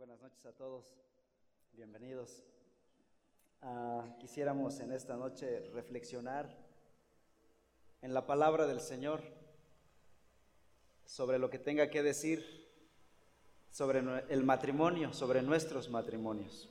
Buenas noches a todos, bienvenidos. Quisiéramos en esta noche reflexionar en la palabra del Señor sobre lo que tenga que decir sobre el matrimonio, sobre nuestros matrimonios.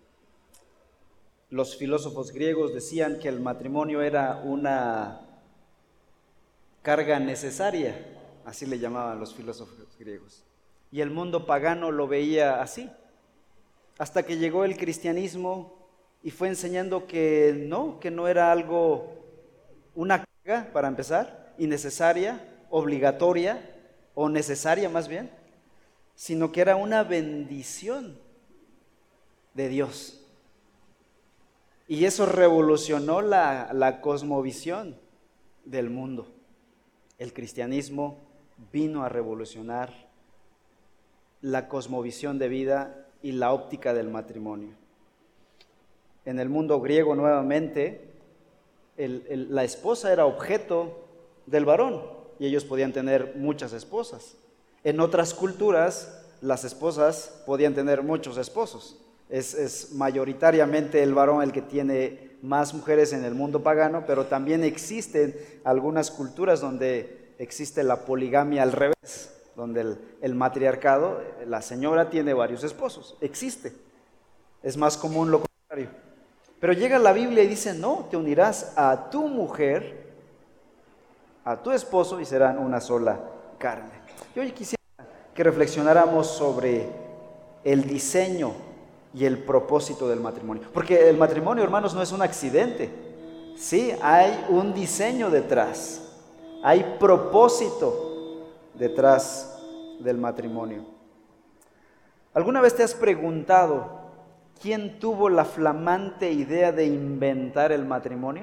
Los filósofos griegos decían que el matrimonio era una carga necesaria, así le llamaban los filósofos griegos. Y el mundo pagano lo veía así, hasta que llegó el cristianismo y fue enseñando que no era algo, una carga para empezar, innecesaria, obligatoria o necesaria más bien, sino que era una bendición de Dios. Y eso revolucionó la cosmovisión del mundo. El cristianismo vino a revolucionar la cosmovisión de vida y la óptica del matrimonio. En el mundo griego nuevamente, la esposa era objeto del varón y ellos podían tener muchas esposas. En otras culturas, las esposas podían tener muchos esposos. Es mayoritariamente el varón el que tiene más mujeres en el mundo pagano, pero también existen algunas culturas donde existe la poligamia al revés, donde el matriarcado, la señora tiene varios esposos, existe, es más común lo contrario. Pero llega la Biblia y dice, no, te unirás a tu mujer, a tu esposo y serán una sola carne. Y hoy quisiera que reflexionáramos sobre el diseño y el propósito del matrimonio, porque el matrimonio, hermanos, no es un accidente, sí, hay un diseño detrás, hay propósito detrás del matrimonio. ¿Alguna vez te has preguntado quién tuvo la flamante idea de inventar el matrimonio?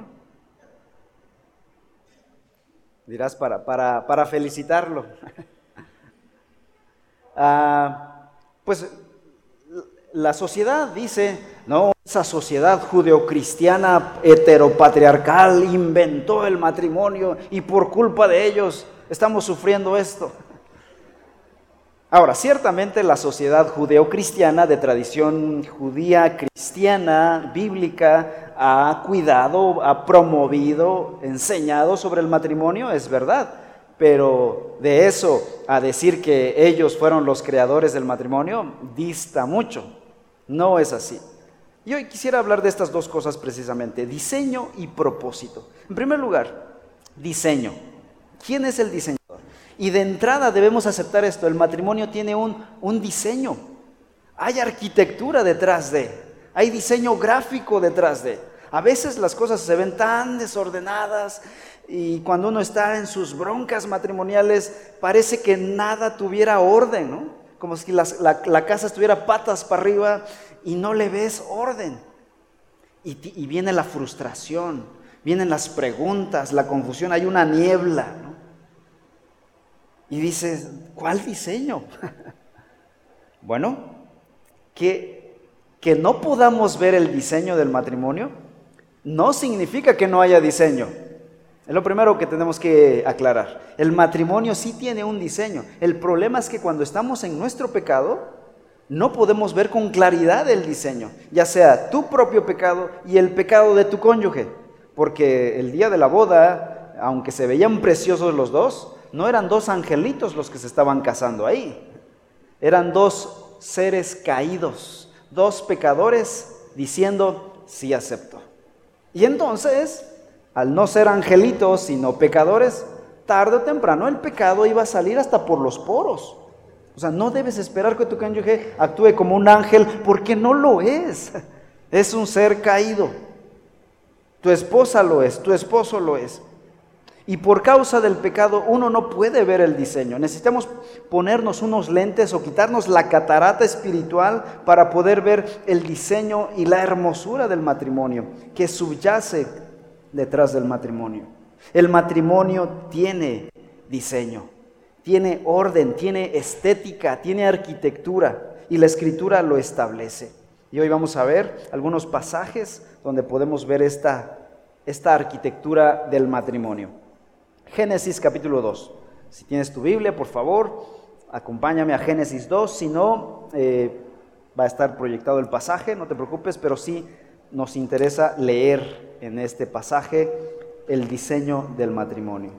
Dirás para felicitarlo. Pues la sociedad dice, no, esa sociedad judeocristiana heteropatriarcal inventó el matrimonio y por culpa de ellos estamos sufriendo esto. Ahora, ciertamente la sociedad judeocristiana de tradición judía, cristiana, bíblica, ha cuidado, ha promovido, enseñado sobre el matrimonio, es verdad, pero de eso a decir que ellos fueron los creadores del matrimonio, dista mucho, no es así. Y hoy quisiera hablar de estas dos cosas precisamente, diseño y propósito. En primer lugar, diseño. ¿Quién es el diseñador? Y de entrada debemos aceptar esto, el matrimonio tiene un diseño, hay arquitectura detrás hay diseño gráfico detrás A veces las cosas se ven tan desordenadas y cuando uno está en sus broncas matrimoniales parece que nada tuviera orden, ¿no? Como si la casa estuviera patas para arriba y no le ves orden. Y viene la frustración, vienen las preguntas, la confusión, hay una niebla, ¿no? Y dices, ¿cuál diseño? Bueno, que no podamos ver el diseño del matrimonio no significa que no haya diseño. Es lo primero que tenemos que aclarar. El matrimonio sí tiene un diseño. El problema es que cuando estamos en nuestro pecado, no podemos ver con claridad el diseño, ya sea tu propio pecado y el pecado de tu cónyuge. Porque el día de la boda, aunque se veían preciosos los dos, no eran dos angelitos los que se estaban casando ahí. Eran dos seres caídos, dos pecadores diciendo, sí acepto. Y entonces, al no ser angelitos, sino pecadores, tarde o temprano el pecado iba a salir hasta por los poros. O sea, no debes esperar que tu cónyuge actúe como un ángel, porque no lo es. Es un ser caído. Tu esposa lo es, tu esposo lo es. Y por causa del pecado uno no puede ver el diseño. Necesitamos ponernos unos lentes o quitarnos la catarata espiritual para poder ver el diseño y la hermosura del matrimonio que subyace detrás del matrimonio. El matrimonio tiene diseño, tiene orden, tiene estética, tiene arquitectura y la Escritura lo establece. Y hoy vamos a ver algunos pasajes donde podemos ver esta arquitectura del matrimonio. Génesis capítulo 2. Si tienes tu Biblia, por favor, acompáñame a Génesis 2. Si no, va a estar proyectado el pasaje, no te preocupes, pero sí nos interesa leer en este pasaje el diseño del matrimonio.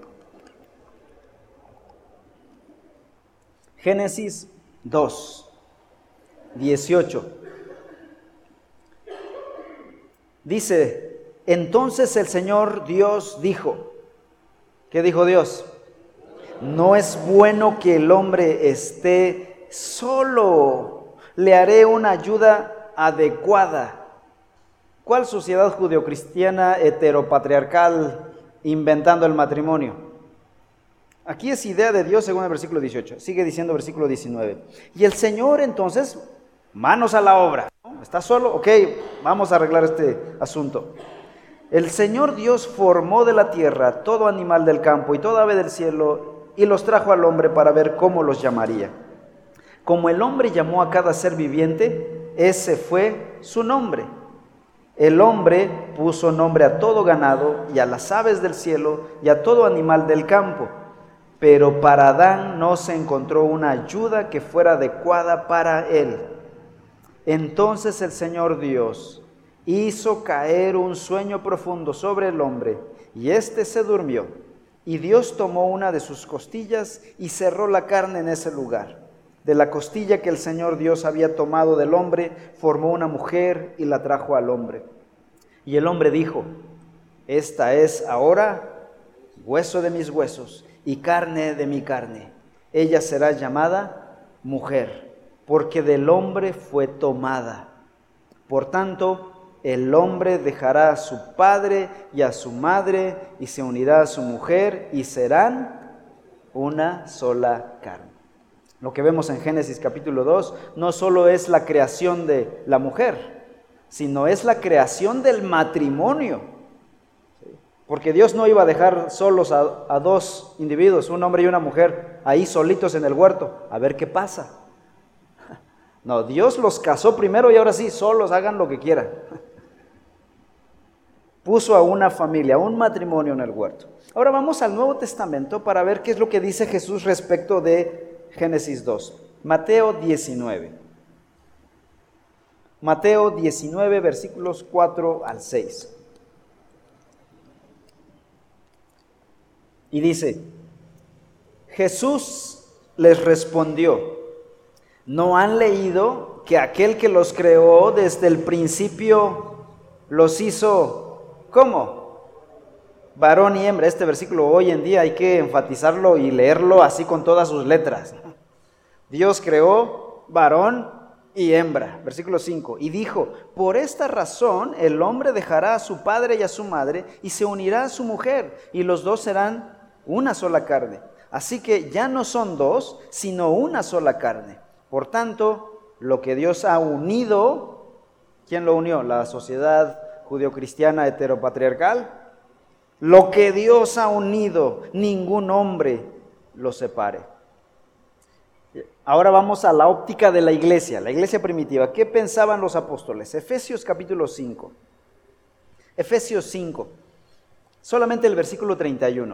Génesis 2, 18. Dice, entonces el Señor Dios dijo, ¿qué dijo Dios? No es bueno que el hombre esté solo, le haré una ayuda adecuada. ¿Cuál sociedad judeocristiana heteropatriarcal inventando el matrimonio? Aquí es idea de Dios según el versículo 18. Sigue diciendo versículo 19. Y el Señor entonces, manos a la obra. ¿Estás solo? Ok, vamos a arreglar este asunto. El Señor Dios formó de la tierra todo animal del campo y toda ave del cielo y los trajo al hombre para ver cómo los llamaría. Como el hombre llamó a cada ser viviente, ese fue su nombre. El hombre puso nombre a todo ganado y a las aves del cielo y a todo animal del campo. Pero para Adán no se encontró una ayuda que fuera adecuada para él. Entonces el Señor Dios hizo caer un sueño profundo sobre el hombre, y éste se durmió. Y Dios tomó una de sus costillas y cerró la carne en ese lugar. De la costilla que el Señor Dios había tomado del hombre, formó una mujer y la trajo al hombre. Y el hombre dijo, esta es ahora hueso de mis huesos y carne de mi carne. Ella será llamada mujer, porque del hombre fue tomada. Por tanto, el hombre dejará a su padre y a su madre y se unirá a su mujer y serán una sola carne. Lo que vemos en Génesis capítulo 2 no solo es la creación de la mujer, sino es la creación del matrimonio. Porque Dios no iba a dejar solos a dos individuos, un hombre y una mujer, ahí solitos en el huerto, a ver qué pasa. No, Dios los casó primero y ahora sí, solos, hagan lo que quieran. Puso a una familia, a un matrimonio en el huerto. Ahora vamos al Nuevo Testamento para ver qué es lo que dice Jesús respecto de Génesis 2. Mateo 19. Mateo 19, versículos 4 al 6. Y dice, Jesús les respondió, ¿no han leído que aquel que los creó desde el principio los hizo, ¿cómo? Varón y hembra. Este versículo hoy en día hay que enfatizarlo y leerlo así con todas sus letras. Dios creó varón y hembra. Versículo 5. Y dijo, por esta razón el hombre dejará a su padre y a su madre y se unirá a su mujer y los dos serán una sola carne. Así que ya no son dos, sino una sola carne. Por tanto, lo que Dios ha unido, ¿quién lo unió? La sociedad judeocristiana heteropatriarcal. Lo que Dios ha unido, ningún hombre lo separe. Ahora vamos a la óptica de la iglesia primitiva. ¿Qué pensaban los apóstoles? Efesios capítulo 5. Efesios 5, solamente el versículo 31,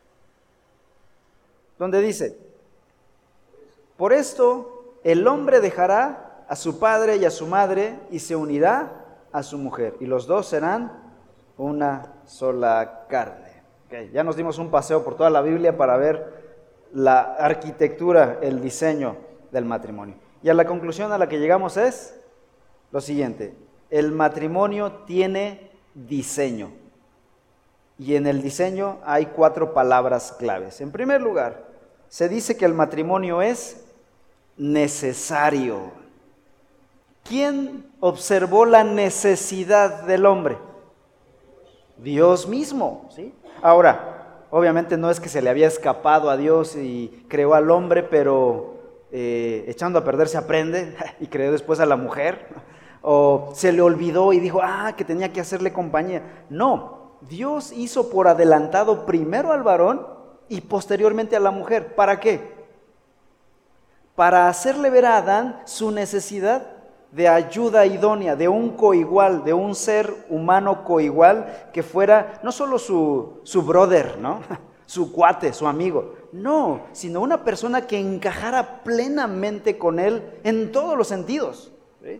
donde dice, por esto el hombre dejará a su padre y a su madre y se unirá a su mujer, y los dos serán una sola carne. Okay, ya nos dimos un paseo por toda la Biblia para ver la arquitectura, el diseño del matrimonio. Y a la conclusión a la que llegamos es lo siguiente: el matrimonio tiene diseño. Y en el diseño hay 4 palabras claves. En primer lugar, se dice que el matrimonio es necesario. ¿Quién observó la necesidad del hombre? Dios mismo, ¿sí? Ahora, obviamente no es que se le había escapado a Dios y creó al hombre, pero echando a perder se aprende, y creó después a la mujer, o se le olvidó y dijo, que tenía que hacerle compañía. No, Dios hizo por adelantado primero al varón y posteriormente a la mujer. ¿Para qué? Para hacerle ver a Adán su necesidad de ayuda idónea, de un coigual, de un ser humano coigual que fuera no solo su brother, ¿no? Su cuate, su amigo, no, sino una persona que encajara plenamente con él en todos los sentidos, ¿sí?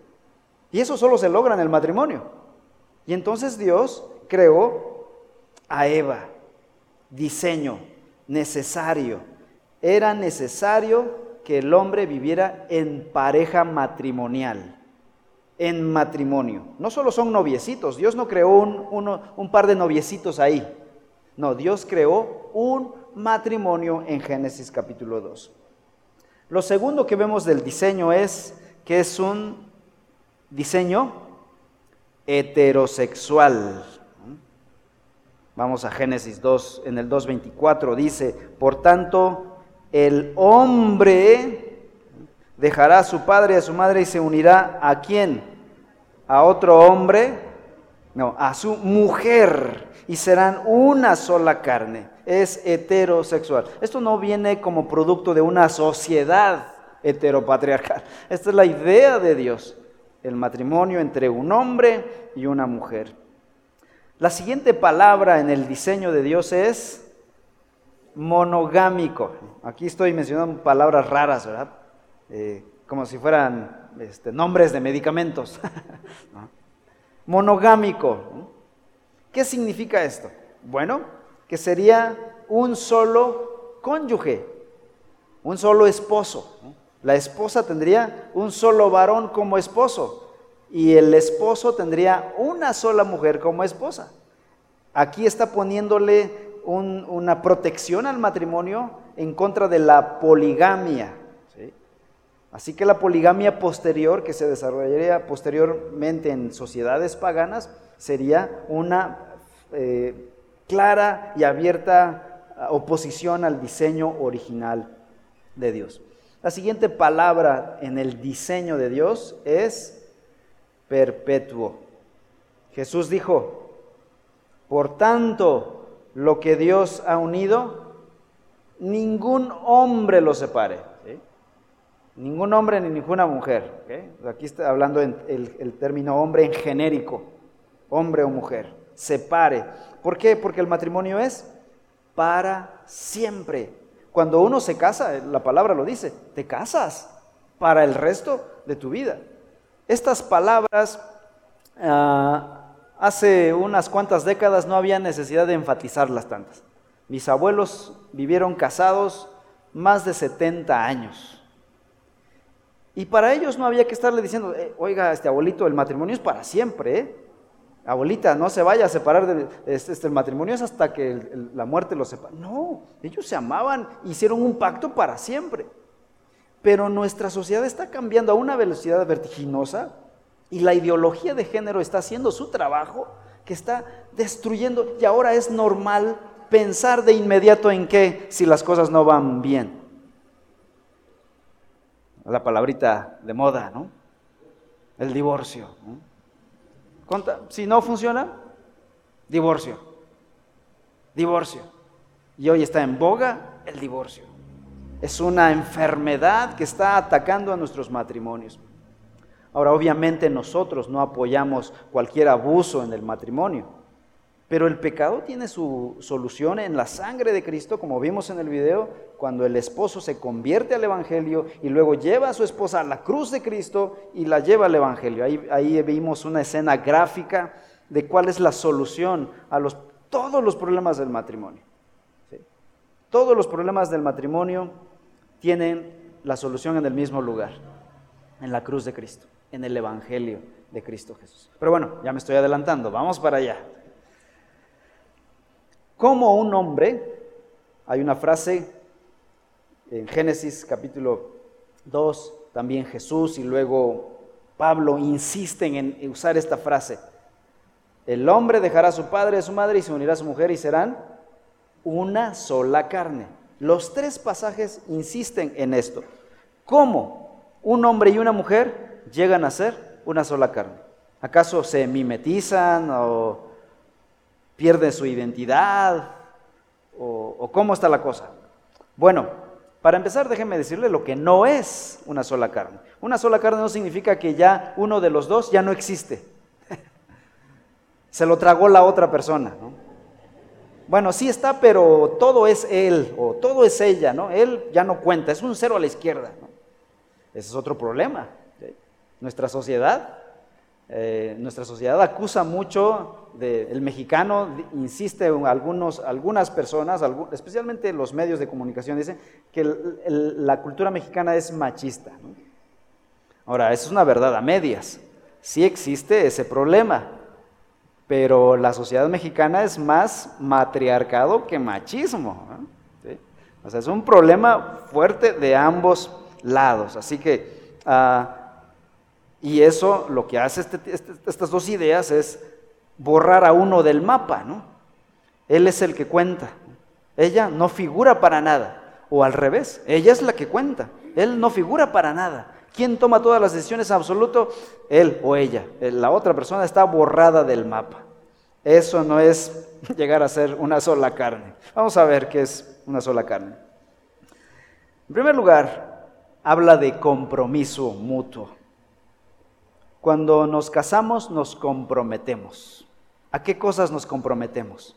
Y eso solo se logra en el matrimonio. Y entonces Dios creó a Eva. Diseño necesario. Era necesario que el hombre viviera en pareja matrimonial, en matrimonio. No solo son noviecitos, Dios no creó un par de noviecitos ahí. No, Dios creó un matrimonio en Génesis capítulo 2. Lo segundo que vemos del diseño es que es un diseño heterosexual. Vamos a Génesis 2, en el 2:24 dice, por tanto, el hombre dejará a su padre y a su madre y se unirá ¿a quién? ¿A otro hombre? No, a su mujer y serán una sola carne. Es heterosexual. Esto no viene como producto de una sociedad heteropatriarcal. Esta es la idea de Dios, el matrimonio entre un hombre y una mujer. La siguiente palabra en el diseño de Dios es monogámico. Aquí estoy mencionando palabras raras, ¿verdad? Como si fueran nombres de medicamentos. ¿No? Monogámico. ¿Qué significa esto? Bueno, que sería un solo cónyuge, un solo esposo. La esposa tendría un solo varón como esposo y el esposo tendría una sola mujer como esposa. Aquí está poniéndole una protección al matrimonio en contra de la poligamia. ¿Sí? Así que la poligamia posterior, que se desarrollaría posteriormente en sociedades paganas, sería una clara y abierta oposición al diseño original de Dios. La siguiente palabra en el diseño de Dios es perpetuo. Jesús dijo, por tanto, lo que Dios ha unido, ningún hombre lo separe. ¿Sí? Ningún hombre ni ninguna mujer. ¿Okay? Aquí está hablando el término hombre en genérico, hombre o mujer. Separe. ¿Por qué? Porque el matrimonio es para siempre. Cuando uno se casa, la palabra lo dice, te casas para el resto de tu vida. Estas palabras, hace unas cuantas décadas no había necesidad de enfatizarlas tantas. Mis abuelos vivieron casados más de 70 años. Y para ellos no había que estarle diciendo, oiga, abuelito, el matrimonio es para siempre, ¿eh? Abuelita, no se vaya a separar, el matrimonio es hasta que la muerte los separe. No, ellos se amaban, hicieron un pacto para siempre. Pero nuestra sociedad está cambiando a una velocidad vertiginosa y la ideología de género está haciendo su trabajo, que está destruyendo, y ahora es normal pensar de inmediato en qué si las cosas no van bien. La palabrita de moda, ¿no? El divorcio, ¿no? Si no funciona, divorcio. Divorcio. Y hoy está en boga el divorcio. Es una enfermedad que está atacando a nuestros matrimonios. Ahora, obviamente nosotros no apoyamos cualquier abuso en el matrimonio, pero el pecado tiene su solución en la sangre de Cristo, como vimos en el video, cuando el esposo se convierte al Evangelio y luego lleva a su esposa a la cruz de Cristo y la lleva al Evangelio. Ahí vimos una escena gráfica de cuál es la solución a todos los problemas del matrimonio. ¿Sí? Todos los problemas del matrimonio tienen la solución en el mismo lugar, en la cruz de Cristo, en el Evangelio de Cristo Jesús. Pero bueno, ya me estoy adelantando, vamos para allá. Como un hombre, hay una frase en Génesis capítulo 2, también Jesús y luego Pablo insisten en usar esta frase. El hombre dejará a su padre y a su madre y se unirá a su mujer y serán una sola carne. Los tres pasajes insisten en esto. ¿Cómo un hombre y una mujer llegan a ser una sola carne? ¿Acaso se mimetizan o pierden su identidad? ¿O cómo está la cosa? Bueno, para empezar, déjenme decirle lo que no es una sola carne. Una sola carne no significa que ya uno de los dos ya no existe. Se lo tragó la otra persona, ¿no? Bueno, sí está, pero todo es él o todo es ella, ¿no? Él ya no cuenta, es un cero a la izquierda, ¿no? Ese es otro problema. ¿Sí? Nuestra sociedad Nuestra sociedad acusa mucho, el mexicano insiste en algunas personas, especialmente los medios de comunicación, dicen que la cultura mexicana es machista, ¿no? Ahora, eso es una verdad a medias. Sí existe ese problema, pero la sociedad mexicana es más matriarcado que machismo, ¿no? ¿Sí? O sea, es un problema fuerte de ambos lados. Así que, y eso lo que hace estas dos ideas es borrar a uno del mapa, ¿no? Él es el que cuenta, ella no figura para nada, o al revés, ella es la que cuenta, él no figura para nada. ¿Quién toma todas las decisiones en absoluto? Él o ella. La otra persona está borrada del mapa. Eso no es llegar a ser una sola carne. Vamos a ver qué es una sola carne. En primer lugar, habla de compromiso mutuo. Cuando nos casamos, nos comprometemos. ¿A qué cosas nos comprometemos?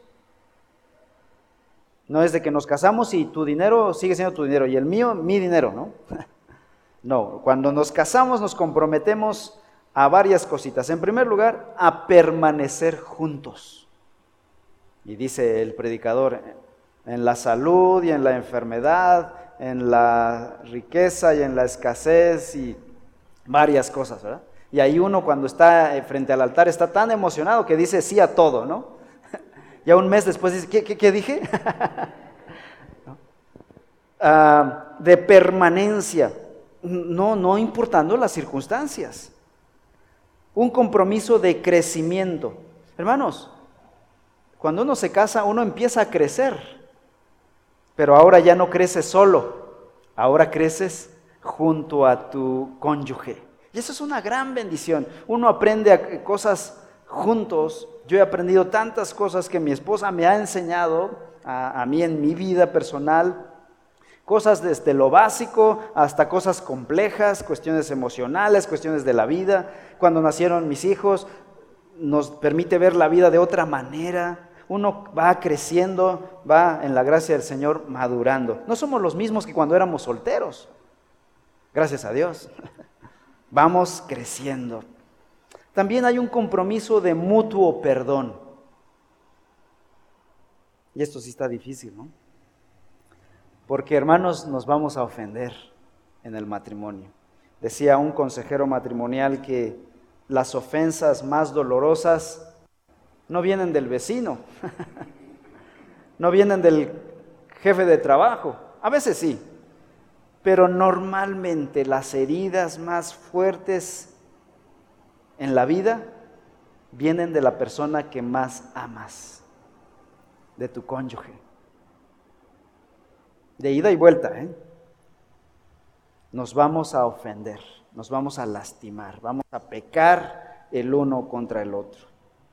No es de que nos casamos y tu dinero sigue siendo tu dinero y el mío, mi dinero, ¿no? No, cuando nos casamos nos comprometemos a varias cositas. En primer lugar, a permanecer juntos. Y dice el predicador, en la salud y en la enfermedad, en la riqueza y en la escasez y varias cosas, ¿verdad? Y ahí uno cuando está frente al altar está tan emocionado que dice sí a todo, ¿no? Ya un mes después dice, ¿qué dije? ¿No? De permanencia. No importando las circunstancias. Un compromiso de crecimiento. Hermanos, cuando uno se casa, uno empieza a crecer, pero ahora ya no creces solo, ahora creces junto a tu cónyuge. Y eso es una gran bendición. Uno aprende cosas juntos. Yo he aprendido tantas cosas que mi esposa me ha enseñado a mí en mi vida personal. Cosas desde lo básico hasta cosas complejas, cuestiones emocionales, cuestiones de la vida. Cuando nacieron mis hijos, nos permite ver la vida de otra manera. Uno va creciendo, va en la gracia del Señor madurando. No somos los mismos que cuando éramos solteros. Gracias a Dios. Vamos creciendo. También hay un compromiso de mutuo perdón. Y esto sí está difícil, ¿no? Porque, hermanos, nos vamos a ofender en el matrimonio. Decía un consejero matrimonial que las ofensas más dolorosas no vienen del vecino, no vienen del jefe de trabajo, a veces sí, pero normalmente las heridas más fuertes en la vida vienen de la persona que más amas, de tu cónyuge. De ida y vuelta, nos vamos a ofender, nos vamos a lastimar, vamos a pecar el uno contra el otro.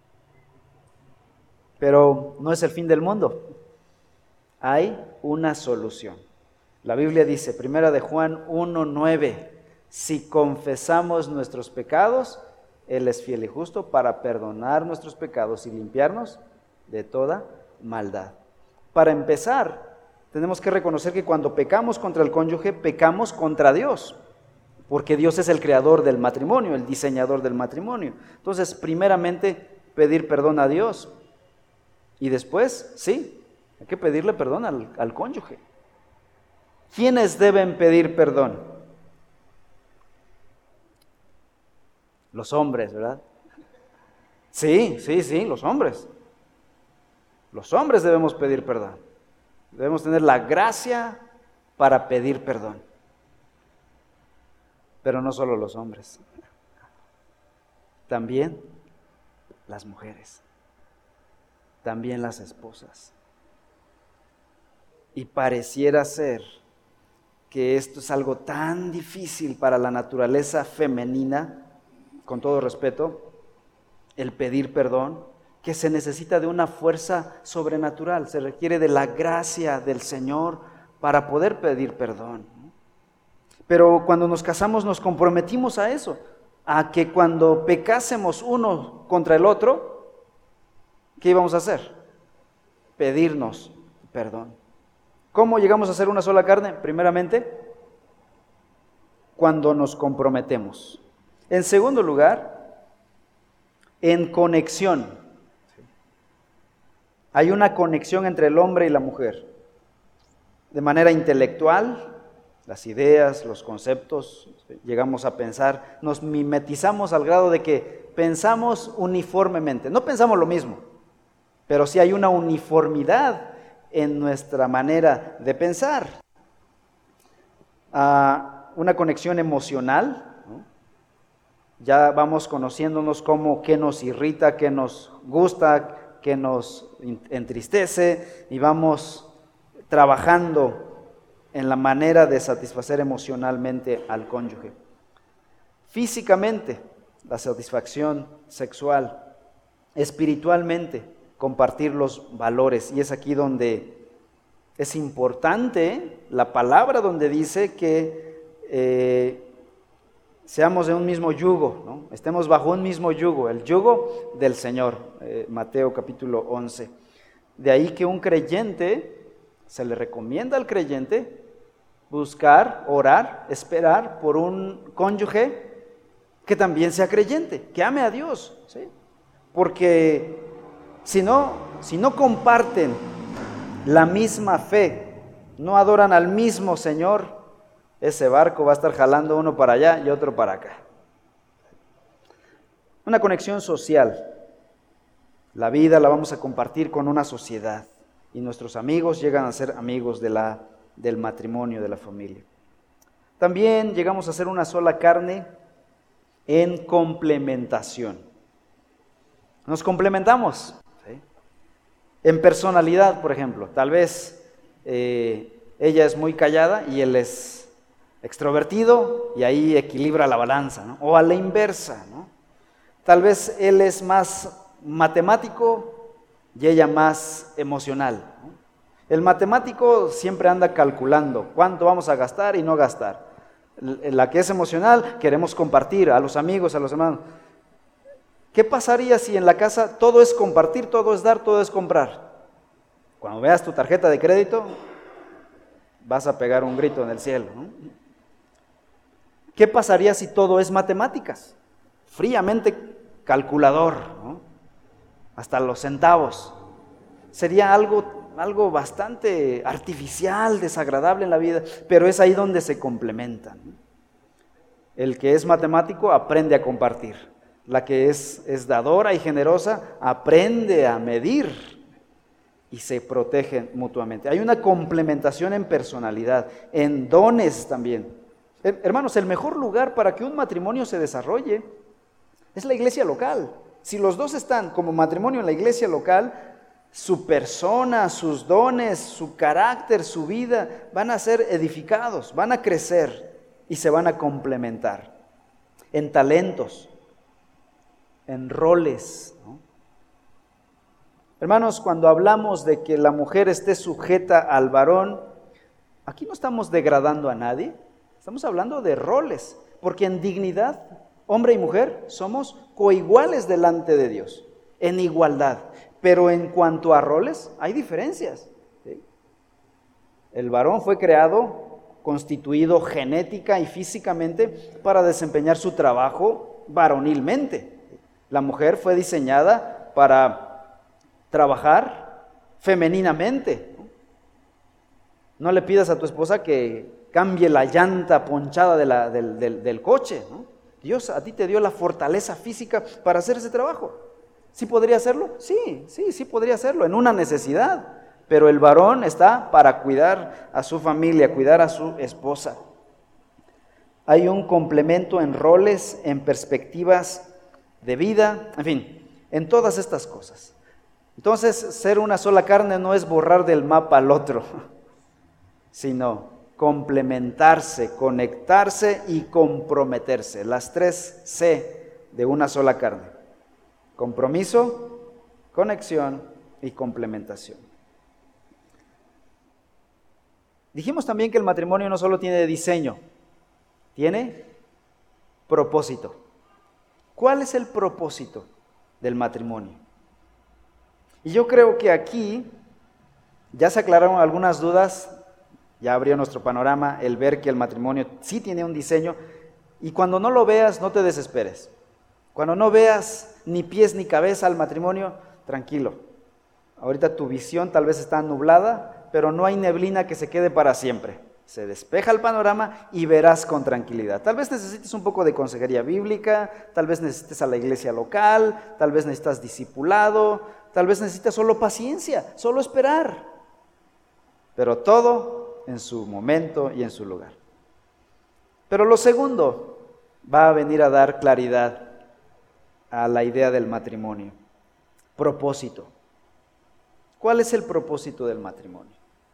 Pero no es el fin del mundo, hay una solución. La Biblia dice, 1 de Juan 1:9, si confesamos nuestros pecados, Él es fiel y justo para perdonar nuestros pecados y limpiarnos de toda maldad. Para empezar, tenemos que reconocer que cuando pecamos contra el cónyuge, pecamos contra Dios, porque Dios es el creador del matrimonio, el diseñador del matrimonio. Entonces, primeramente, pedir perdón a Dios, y después, sí, hay que pedirle perdón al cónyuge. ¿Quiénes deben pedir perdón? Los hombres, ¿verdad? Sí, los hombres. Los hombres debemos pedir perdón. Debemos tener la gracia para pedir perdón. Pero no solo los hombres, también las mujeres, también las esposas. Y pareciera ser que esto es algo tan difícil para la naturaleza femenina, con todo respeto, el pedir perdón, que se necesita de una fuerza sobrenatural, se requiere de la gracia del Señor para poder pedir perdón. Pero cuando nos casamos nos comprometimos a eso, a que cuando pecásemos uno contra el otro, ¿qué íbamos a hacer? Pedirnos perdón. ¿Cómo llegamos a ser una sola carne? Primeramente, cuando nos comprometemos. En segundo lugar, en conexión. Hay una conexión entre el hombre y la mujer. De manera intelectual, las ideas, los conceptos, llegamos a pensar, nos mimetizamos al grado de que pensamos uniformemente. No pensamos lo mismo, pero sí hay una uniformidad en nuestra manera de pensar. Una conexión emocional, ¿no? Ya vamos conociéndonos como qué nos irrita, qué nos gusta, qué nos entristece, y vamos trabajando en la manera de satisfacer emocionalmente al cónyuge. Físicamente, la satisfacción sexual. Espiritualmente, compartir los valores. Y es aquí donde es importante la palabra donde dice que seamos de un mismo yugo, ¿no? Estemos bajo un mismo yugo, el yugo del Señor, Mateo capítulo 11. De ahí que un creyente, se le recomienda al creyente buscar, orar, esperar por un cónyuge que también sea creyente, que ame a Dios, ¿sí? Porque si no comparten la misma fe, no adoran al mismo Señor, ese barco va a estar jalando uno para allá y otro para acá. Una conexión social. La vida la vamos a compartir con una sociedad y nuestros amigos llegan a ser amigos del matrimonio, de la familia. También llegamos a ser una sola carne en complementación. Nos complementamos, ¿sí? En personalidad, por ejemplo. Tal vez ella es muy callada y él es extrovertido y ahí equilibra la balanza, ¿no? O a la inversa, ¿no? Tal vez él es más matemático y ella más emocional, ¿no? El matemático siempre anda calculando cuánto vamos a gastar y no gastar. La que es emocional, queremos compartir a los amigos, a los hermanos. ¿Qué pasaría si en la casa todo es compartir, todo es dar, todo es comprar? Cuando veas tu tarjeta de crédito, vas a pegar un grito en el cielo, ¿no? ¿Qué pasaría si todo es matemáticas? Fríamente calculador, ¿no? Hasta los centavos. Sería algo bastante artificial, desagradable en la vida, pero es ahí donde se complementan. El que es matemático aprende a compartir. La que es dadora y generosa aprende a medir y se protegen mutuamente. Hay una complementación en personalidad, en dones también. Hermanos, el mejor lugar para que un matrimonio se desarrolle es la iglesia local. Si los dos están como matrimonio en la iglesia local, su persona, sus dones, su carácter, su vida van a ser edificados, van a crecer y se van a complementar en talentos, en roles, ¿no? Hermanos, cuando hablamos de que la mujer esté sujeta al varón, aquí no estamos degradando a nadie, estamos hablando de roles, porque en dignidad, hombre y mujer somos coiguales delante de Dios, en igualdad. Pero en cuanto a roles, hay diferencias, ¿sí? El varón fue creado, constituido genética y físicamente para desempeñar su trabajo varonilmente. La mujer fue diseñada para trabajar femeninamente. No le pidas a tu esposa que cambie la llanta ponchada del coche, ¿no? Dios a ti te dio la fortaleza física para hacer ese trabajo. ¿Sí podría hacerlo? Sí podría hacerlo, en una necesidad. Pero el varón está para cuidar a su familia, cuidar a su esposa. Hay un complemento en roles, en perspectivas de vida, en fin, en todas estas cosas. Entonces, ser una sola carne no es borrar del mapa al otro, sino complementarse, conectarse y comprometerse. Las 3 C de una sola carne. Compromiso, conexión y complementación. Dijimos también que el matrimonio no solo tiene diseño, tiene propósito. ¿Cuál es el propósito del matrimonio? Y yo creo que aquí ya se aclararon algunas dudas, ya abrió nuestro panorama el ver que el matrimonio sí tiene un diseño, y cuando no lo veas, no te desesperes. Cuando no veas ni pies ni cabeza al matrimonio, tranquilo. Ahorita tu visión tal vez está nublada, pero no hay neblina que se quede para siempre. Se despeja el panorama y verás con tranquilidad. Tal vez necesites un poco de consejería bíblica, tal vez necesites a la iglesia local, tal vez necesitas discipulado, tal vez necesitas solo paciencia, solo esperar. Pero todo en su momento y en su lugar. Pero lo segundo va a venir a dar claridad a la idea del matrimonio. Propósito. ¿Cuál es el propósito del matrimonio?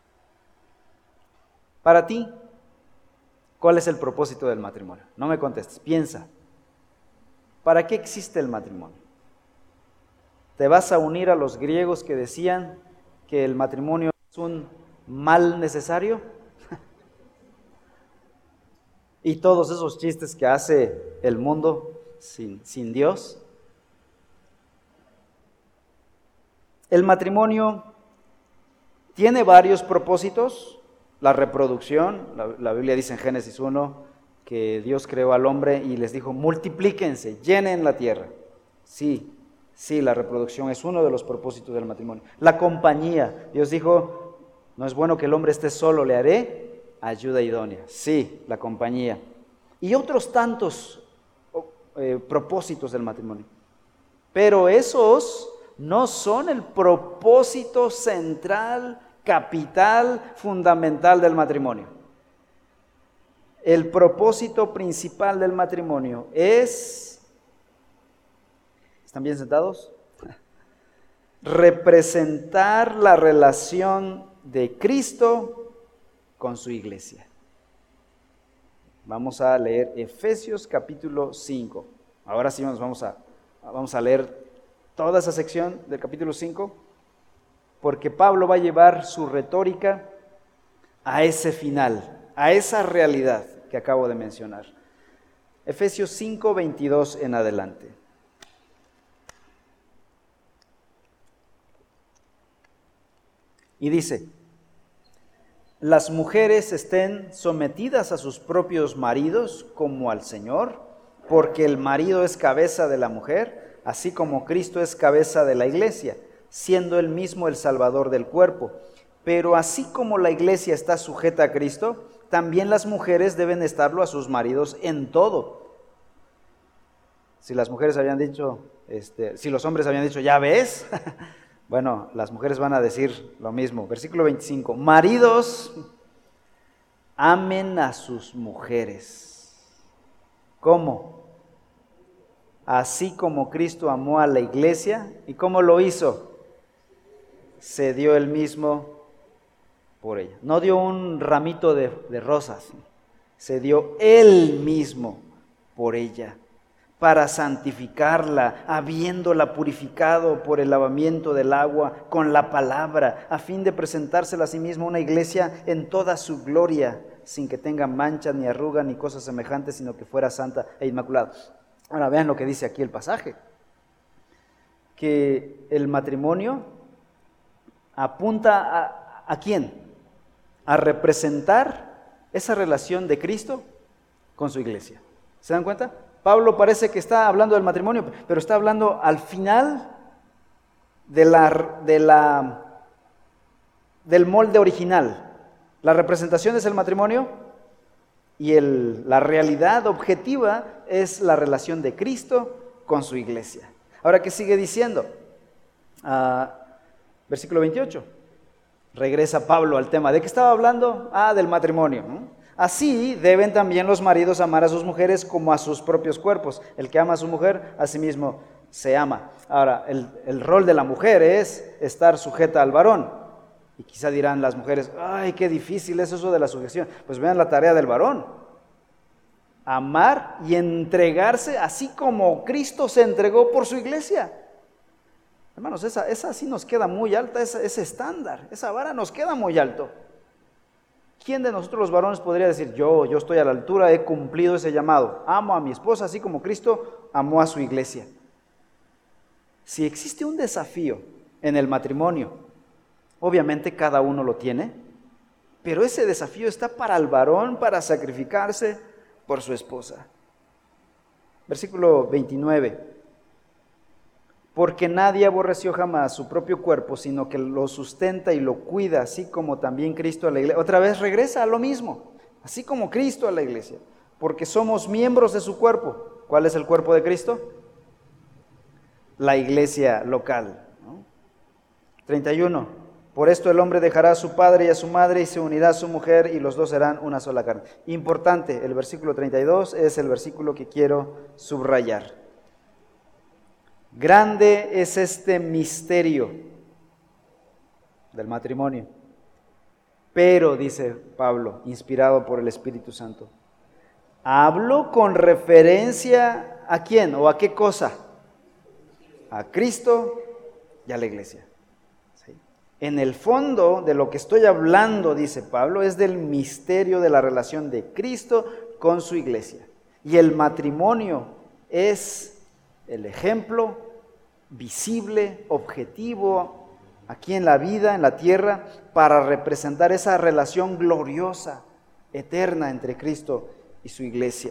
Para ti, ¿cuál es el propósito del matrimonio? No me contestes, piensa. ¿Para qué existe el matrimonio? ¿Te vas a unir a los griegos que decían que el matrimonio es un mal necesario? Y todos esos chistes que hace el mundo sin Dios. El matrimonio tiene varios propósitos. La reproducción, la Biblia dice en Génesis 1 que Dios creó al hombre y les dijo, multiplíquense, llenen la tierra. Sí, la reproducción es uno de los propósitos del matrimonio. La compañía, Dios dijo, no es bueno que el hombre esté solo, le haré ayuda idónea. Sí, la compañía. Y otros tantos propósitos del matrimonio. Pero esos no son el propósito central, capital, fundamental del matrimonio. El propósito principal del matrimonio es, ¿están bien sentados? Representar la relación de Cristo con su iglesia. Vamos a leer Efesios capítulo 5. Ahora sí vamos a leer toda esa sección del capítulo 5. Porque Pablo va a llevar su retórica a ese final, a esa realidad que acabo de mencionar. Efesios 5, 22 en adelante. Y dice, las mujeres estén sometidas a sus propios maridos como al Señor, porque el marido es cabeza de la mujer, así como Cristo es cabeza de la iglesia, siendo él mismo el Salvador del cuerpo. Pero así como la iglesia está sujeta a Cristo, también las mujeres deben estarlo a sus maridos en todo. Si las mujeres habían dicho, si los hombres habían dicho, ¿ya ves? Bueno, las mujeres van a decir lo mismo. Versículo 25, maridos, amen a sus mujeres. ¿Cómo? Así como Cristo amó a la iglesia. ¿Y cómo lo hizo? Se dio él mismo por ella. No dio un ramito de rosas, se dio él mismo por ella, para santificarla, habiéndola purificado por el lavamiento del agua con la palabra, a fin de presentársela a sí mismo una iglesia en toda su gloria, sin que tenga mancha, ni arruga, ni cosas semejantes, sino que fuera santa e inmaculada. Ahora vean lo que dice aquí el pasaje, que el matrimonio apunta ¿a quién? A representar esa relación de Cristo con su iglesia. ¿Se dan cuenta? Pablo parece que está hablando del matrimonio, pero está hablando al final del molde original. La representación es el matrimonio y la realidad objetiva es la relación de Cristo con su iglesia. Ahora, ¿qué sigue diciendo? Versículo 28. Regresa Pablo al tema. ¿De qué estaba hablando? Del matrimonio, ¿no? Así deben también los maridos amar a sus mujeres como a sus propios cuerpos. El que ama a su mujer, a sí mismo se ama. Ahora, el rol de la mujer es estar sujeta al varón. Y quizá dirán las mujeres, ¡ay, qué difícil es eso de la sujeción! Pues vean la tarea del varón. Amar y entregarse así como Cristo se entregó por su iglesia. Hermanos, esa sí nos queda muy alta, ese estándar, esa vara nos queda muy alto. ¿Quién de nosotros los varones podría decir, yo estoy a la altura, he cumplido ese llamado, amo a mi esposa así como Cristo amó a su iglesia? Si existe un desafío en el matrimonio, obviamente cada uno lo tiene, pero ese desafío está para el varón, para sacrificarse por su esposa. Versículo 29. Porque nadie aborreció jamás su propio cuerpo, sino que lo sustenta y lo cuida, así como también Cristo a la iglesia. Otra vez regresa a lo mismo, así como Cristo a la iglesia, porque somos miembros de su cuerpo. ¿Cuál es el cuerpo de Cristo? La iglesia local, ¿no? 31. Por esto el hombre dejará a su padre y a su madre y se unirá a su mujer y los dos serán una sola carne. Importante, el versículo 32 es el versículo que quiero subrayar. Grande es este misterio del matrimonio, pero, dice Pablo, inspirado por el Espíritu Santo, hablo con referencia ¿a quién o a qué cosa? A Cristo y a la iglesia. ¿Sí? En el fondo de lo que estoy hablando, dice Pablo, es del misterio de la relación de Cristo con su iglesia. Y el matrimonio es el ejemplo visible, objetivo, aquí en la vida, en la tierra, para representar esa relación gloriosa, eterna entre Cristo y su iglesia.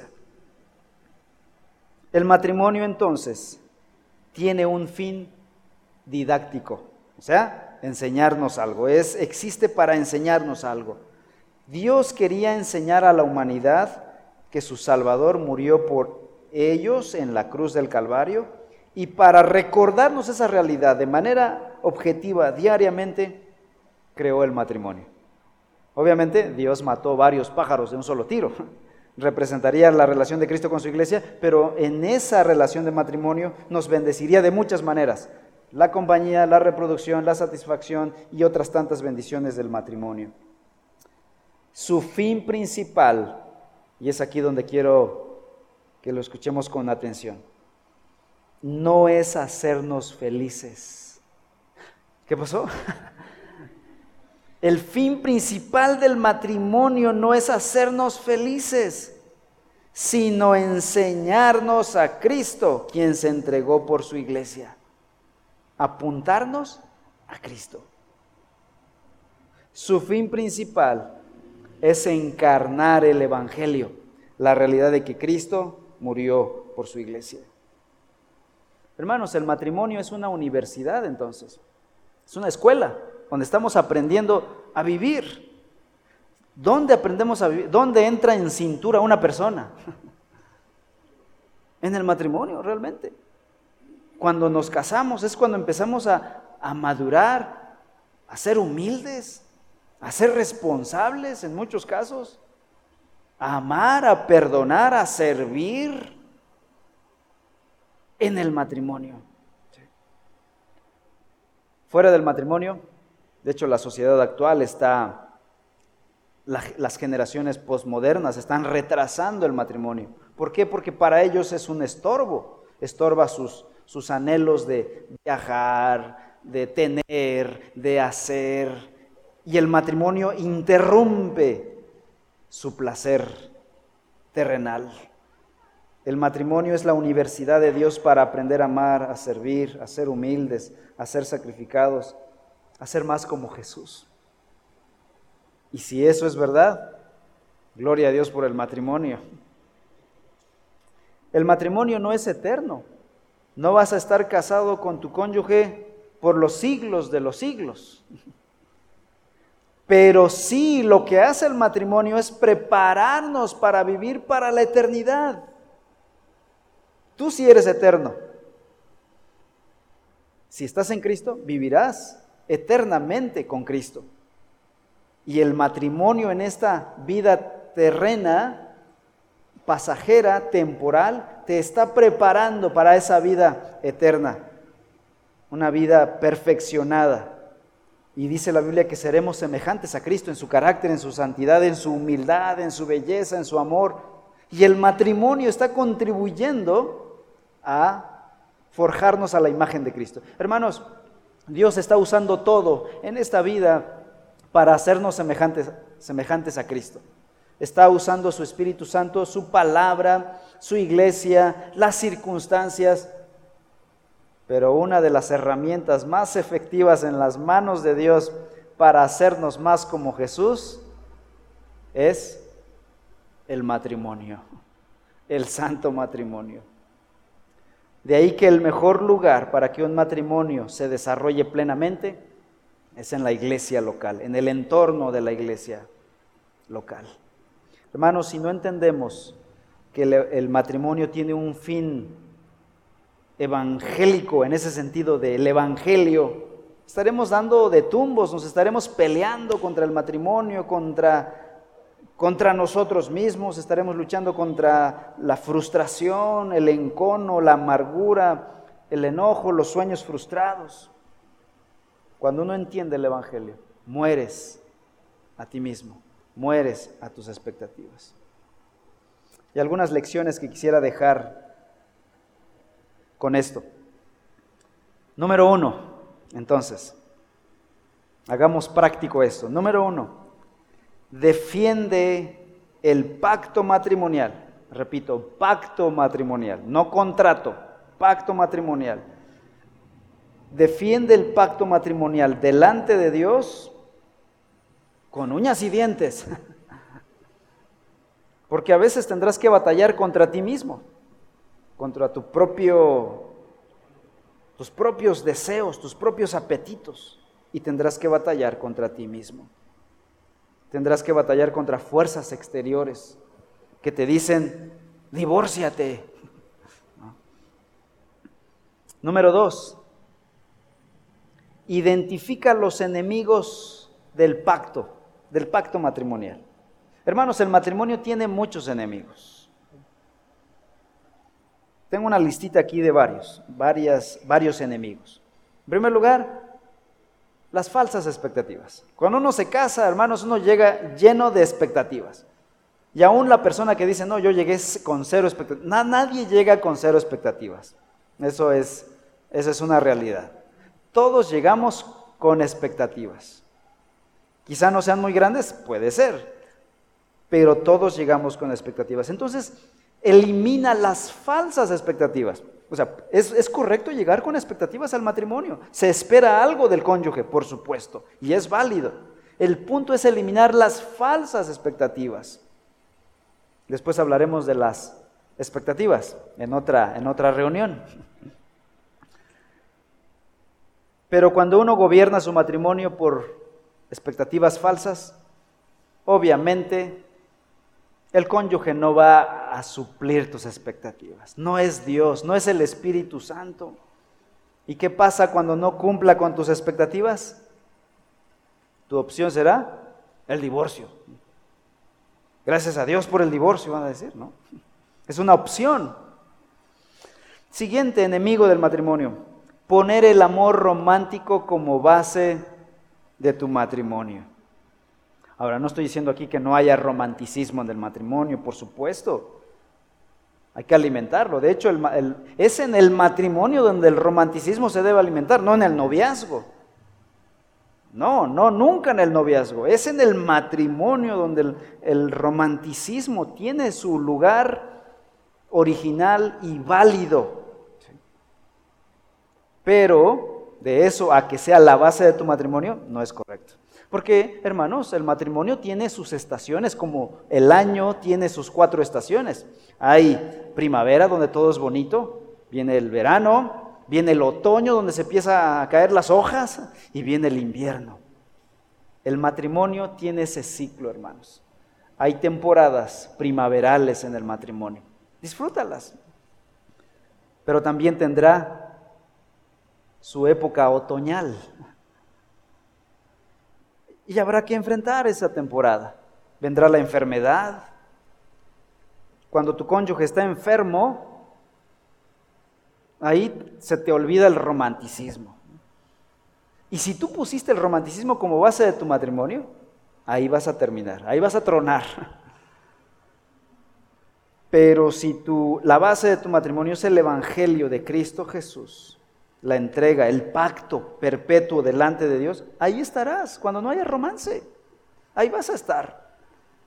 El matrimonio entonces tiene un fin didáctico, o sea, enseñarnos algo, existe para enseñarnos algo. Dios quería enseñar a la humanidad que su Salvador murió por ellos en la cruz del Calvario, y para recordarnos esa realidad de manera objetiva, diariamente, creó el matrimonio. Obviamente, Dios mató varios pájaros de un solo tiro. Representaría la relación de Cristo con su iglesia, pero en esa relación de matrimonio nos bendeciría de muchas maneras. La compañía, la reproducción, la satisfacción y otras tantas bendiciones del matrimonio. Su fin principal, y es aquí donde quiero que lo escuchemos con atención, no es hacernos felices. ¿Qué pasó? El fin principal del matrimonio no es hacernos felices, sino enseñarnos a Cristo, quien se entregó por su iglesia. Apuntarnos a Cristo. Su fin principal es encarnar el Evangelio, la realidad de que Cristo murió por su iglesia. Hermanos, el matrimonio es una universidad entonces, es una escuela donde estamos aprendiendo a vivir. ¿Dónde aprendemos a vivir? ¿Dónde entra en cintura una persona? En el matrimonio, realmente. Cuando nos casamos es cuando empezamos a madurar, a ser humildes, a ser responsables en muchos casos, a amar, a perdonar, a servir. En el matrimonio. Fuera del matrimonio, de hecho la sociedad actual las generaciones posmodernas están retrasando el matrimonio. ¿Por qué? Porque para ellos es un estorbo, estorba sus anhelos de viajar, de tener, de hacer, y el matrimonio interrumpe su placer terrenal. El matrimonio es la universidad de Dios para aprender a amar, a servir, a ser humildes, a ser sacrificados, a ser más como Jesús. Y si eso es verdad, gloria a Dios por el matrimonio. El matrimonio no es eterno. No vas a estar casado con tu cónyuge por los siglos de los siglos. Pero sí, lo que hace el matrimonio es prepararnos para vivir para la eternidad. Tú sí eres eterno. Si estás en Cristo, vivirás eternamente con Cristo. Y el matrimonio en esta vida terrena, pasajera, temporal, te está preparando para esa vida eterna. Una vida perfeccionada. Y dice la Biblia que seremos semejantes a Cristo en su carácter, en su santidad, en su humildad, en su belleza, en su amor. Y el matrimonio está contribuyendo a forjarnos a la imagen de Cristo. Hermanos, Dios está usando todo en esta vida para hacernos semejantes a Cristo. Está usando su Espíritu Santo, su palabra, su iglesia, las circunstancias. Pero una de las herramientas más efectivas en las manos de Dios para hacernos más como Jesús es el matrimonio, el santo matrimonio. De ahí que el mejor lugar para que un matrimonio se desarrolle plenamente es en la iglesia local, en el entorno de la iglesia local. Hermanos, si no entendemos que el matrimonio tiene un fin evangélico, en ese sentido del evangelio, estaremos dando de tumbos, nos estaremos peleando contra el matrimonio, contra nosotros mismos, estaremos luchando contra la frustración, el encono, la amargura, el enojo, los sueños frustrados. Cuando uno entiende el evangelio, mueres a ti mismo, mueres a tus expectativas. Y algunas lecciones que quisiera dejar con esto. Número 1, entonces, hagamos práctico esto. Número 1, defiende el pacto matrimonial. Repito, pacto matrimonial, no contrato, pacto matrimonial. Defiende el pacto matrimonial delante de Dios con uñas y dientes. Porque a veces tendrás que batallar contra ti mismo, contra tus propios deseos, tus propios apetitos, y tendrás que batallar contra ti mismo. Tendrás que batallar contra fuerzas exteriores que te dicen, divórciate. ¿No? Número 2, identifica los enemigos del pacto matrimonial. Hermanos, el matrimonio tiene muchos enemigos. Tengo una listita aquí de varios enemigos. En primer lugar, las falsas expectativas. Cuando uno se casa, hermanos, uno llega lleno de expectativas. Y aún la persona que dice, no, yo llegué con 0 expectativas. Nadie llega con 0 expectativas. Esa es una realidad. Todos llegamos con expectativas. Quizá no sean muy grandes, puede ser, pero todos llegamos con expectativas. Entonces, elimina las falsas expectativas. O sea, es correcto llegar con expectativas al matrimonio. Se espera algo del cónyuge, por supuesto, y es válido. El punto es eliminar las falsas expectativas. Después hablaremos de las expectativas en otra reunión. Pero cuando uno gobierna su matrimonio por expectativas falsas, obviamente el cónyuge no va a suplir tus expectativas. No es Dios, no es el Espíritu Santo. ¿Y qué pasa cuando no cumpla con tus expectativas? Tu opción será el divorcio. Gracias a Dios por el divorcio, van a decir, ¿no? Es una opción. Siguiente enemigo del matrimonio: poner el amor romántico como base de tu matrimonio. Ahora, no estoy diciendo aquí que no haya romanticismo en el matrimonio, por supuesto. Hay que alimentarlo. De hecho, es en el matrimonio donde el romanticismo se debe alimentar, no en el noviazgo. No, nunca en el noviazgo. Es en el matrimonio donde el romanticismo tiene su lugar original y válido. Pero de eso a que sea la base de tu matrimonio, no es correcto. Porque, hermanos, el matrimonio tiene sus estaciones, como el año tiene sus 4 estaciones. Hay primavera, donde todo es bonito, viene el verano, viene el otoño, donde se empieza a caer las hojas, y viene el invierno. El matrimonio tiene ese ciclo, hermanos. Hay temporadas primaverales en el matrimonio. Disfrútalas. Pero también tendrá su época otoñal. Y habrá que enfrentar esa temporada. Vendrá la enfermedad. Cuando tu cónyuge está enfermo, ahí se te olvida el romanticismo. Y si tú pusiste el romanticismo como base de tu matrimonio, ahí vas a terminar, ahí vas a tronar. Pero si la base de tu matrimonio es el Evangelio de Cristo Jesús, la entrega, el pacto perpetuo delante de Dios, ahí estarás cuando no haya romance. Ahí vas a estar.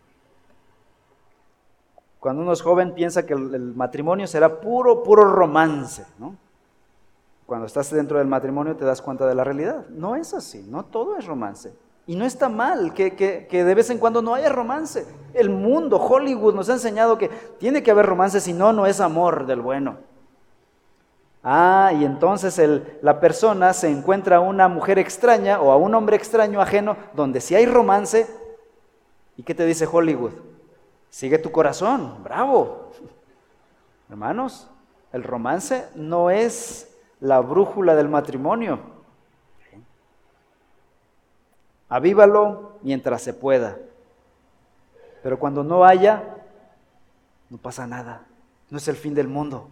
Cuando uno es joven piensa que el matrimonio será puro romance, ¿no? Cuando estás dentro del matrimonio te das cuenta de la realidad. No es así, no todo es romance. Y no está mal que de vez en cuando no haya romance. El mundo, Hollywood nos ha enseñado que tiene que haber romance, si no, no es amor del bueno. Y entonces la persona se encuentra a una mujer extraña o a un hombre extraño ajeno, donde sí hay romance. ¿Y qué te dice Hollywood? Sigue tu corazón, bravo. Hermanos, el romance no es la brújula del matrimonio. Avívalo mientras se pueda. Pero cuando no haya, no pasa nada. No es el fin del mundo.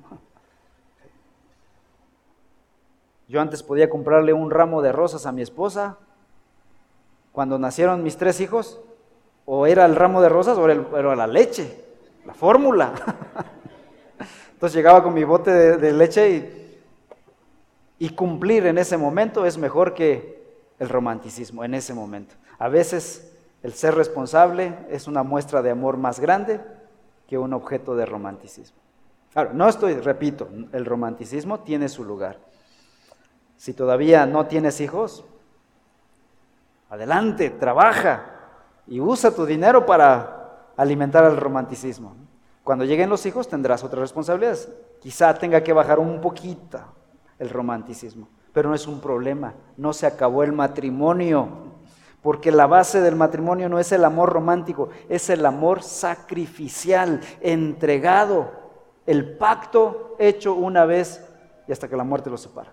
Yo antes podía comprarle un ramo de rosas a mi esposa cuando nacieron mis 3 hijos. O era el ramo de rosas o era la leche, la fórmula. Entonces llegaba con mi bote de leche y cumplir en ese momento es mejor que el romanticismo en ese momento. A veces el ser responsable es una muestra de amor más grande que un objeto de romanticismo. Ahora, repito, el romanticismo tiene su lugar. Si todavía no tienes hijos, adelante, trabaja y usa tu dinero para alimentar el romanticismo. Cuando lleguen los hijos tendrás otras responsabilidades. Quizá tenga que bajar un poquito el romanticismo, pero no es un problema. No se acabó el matrimonio, porque la base del matrimonio no es el amor romántico, es el amor sacrificial, entregado, el pacto hecho una vez y hasta que la muerte los separa.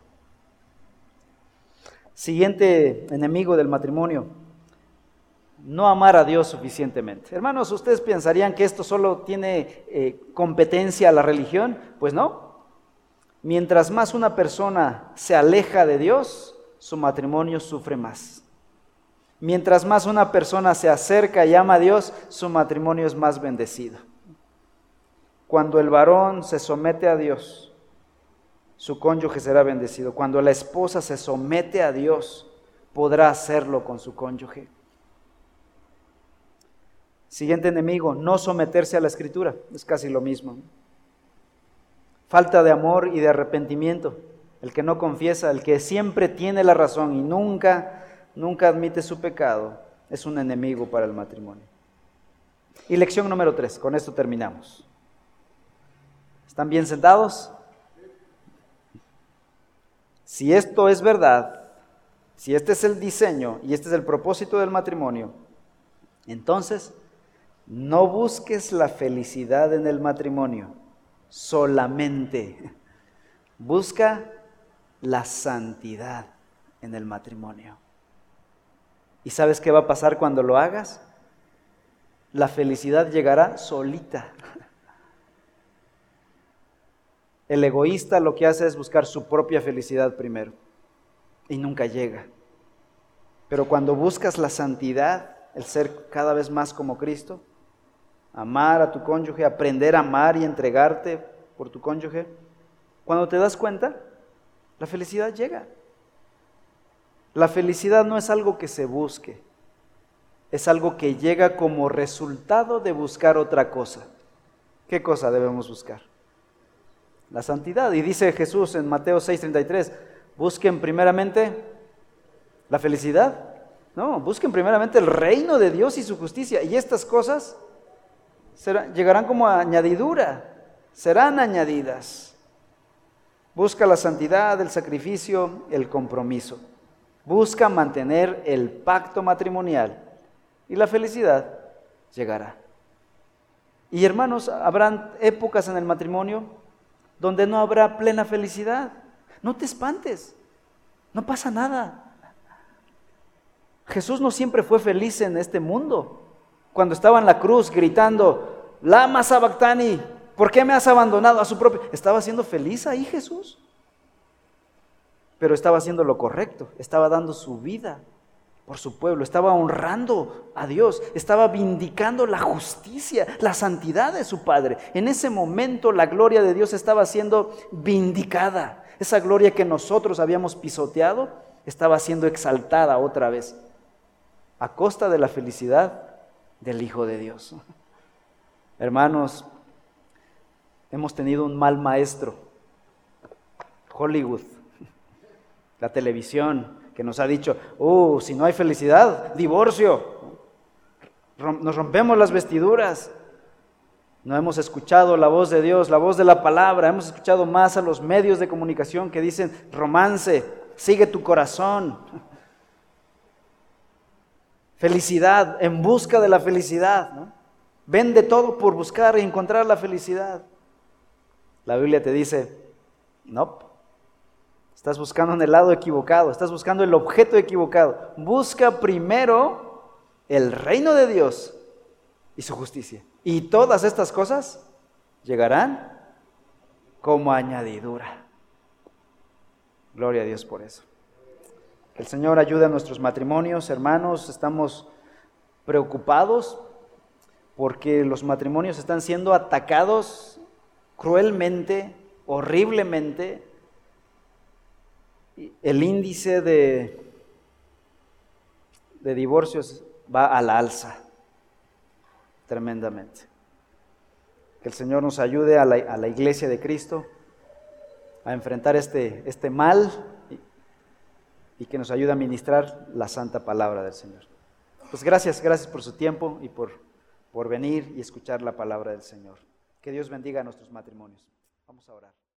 Siguiente enemigo del matrimonio: no amar a Dios suficientemente. Hermanos, ¿ustedes pensarían que esto solo tiene competencia a la religión? Pues no. Mientras más una persona se aleja de Dios, su matrimonio sufre más. Mientras más una persona se acerca y ama a Dios, su matrimonio es más bendecido. Cuando el varón se somete a Dios, su cónyuge será bendecido. Cuando la esposa se somete a Dios, podrá hacerlo con su cónyuge. Siguiente enemigo: no someterse a la Escritura. Es casi lo mismo. Falta de amor y de arrepentimiento. El que no confiesa, el que siempre tiene la razón y nunca admite su pecado, es un enemigo para el matrimonio. Y lección número 3, con esto terminamos. ¿Están bien sentados? Si esto es verdad, si este es el diseño y este es el propósito del matrimonio, entonces no busques la felicidad en el matrimonio solamente. Busca la santidad en el matrimonio. ¿Y sabes qué va a pasar cuando lo hagas? La felicidad llegará solita. El egoísta lo que hace es buscar su propia felicidad primero y nunca llega. Pero cuando buscas la santidad, el ser cada vez más como Cristo, amar a tu cónyuge, aprender a amar y entregarte por tu cónyuge, cuando te das cuenta, la felicidad llega. La felicidad no es algo que se busque, es algo que llega como resultado de buscar otra cosa. ¿Qué cosa debemos buscar? La santidad. Y dice Jesús en Mateo 6:33, busquen primeramente la felicidad. No, busquen primeramente el reino de Dios y su justicia. Y estas cosas llegarán como añadidura, serán añadidas. Busca la santidad, el sacrificio, el compromiso. Busca mantener el pacto matrimonial y la felicidad llegará. Y hermanos, habrán épocas en el matrimonio donde no habrá plena felicidad. No te espantes, no pasa nada. Jesús no siempre fue feliz en este mundo. Cuando estaba en la cruz gritando, Lama Sabactani, ¿por qué me has abandonado a su propio? ¿Estaba siendo feliz ahí Jesús? Pero estaba haciendo lo correcto, estaba dando su vida por su pueblo, estaba honrando a Dios, estaba vindicando la justicia, la santidad de su Padre. En ese momento la gloria de Dios estaba siendo vindicada. Esa gloria que nosotros habíamos pisoteado estaba siendo exaltada otra vez, a costa de la felicidad del Hijo de Dios. Hermanos, hemos tenido un mal maestro, Hollywood, la televisión, que nos ha dicho, si no hay felicidad, divorcio, nos rompemos las vestiduras. No hemos escuchado la voz de Dios, la voz de la palabra. Hemos escuchado más a los medios de comunicación que dicen romance, sigue tu corazón. Felicidad, en busca de la felicidad, ¿no? Vende todo por buscar y encontrar la felicidad. La Biblia te dice, no, estás buscando en el lado equivocado, estás buscando el objeto equivocado. Busca primero el reino de Dios y su justicia. Y todas estas cosas llegarán como añadidura. Gloria a Dios por eso. Que el Señor ayude a nuestros matrimonios, hermanos. Estamos preocupados porque los matrimonios están siendo atacados cruelmente, horriblemente. El índice de divorcios va a la alza, tremendamente. Que el Señor nos ayude a la iglesia de Cristo a enfrentar este mal y que nos ayude a ministrar la santa palabra del Señor. Pues gracias por su tiempo y por venir y escuchar la palabra del Señor. Que Dios bendiga a nuestros matrimonios. Vamos a orar.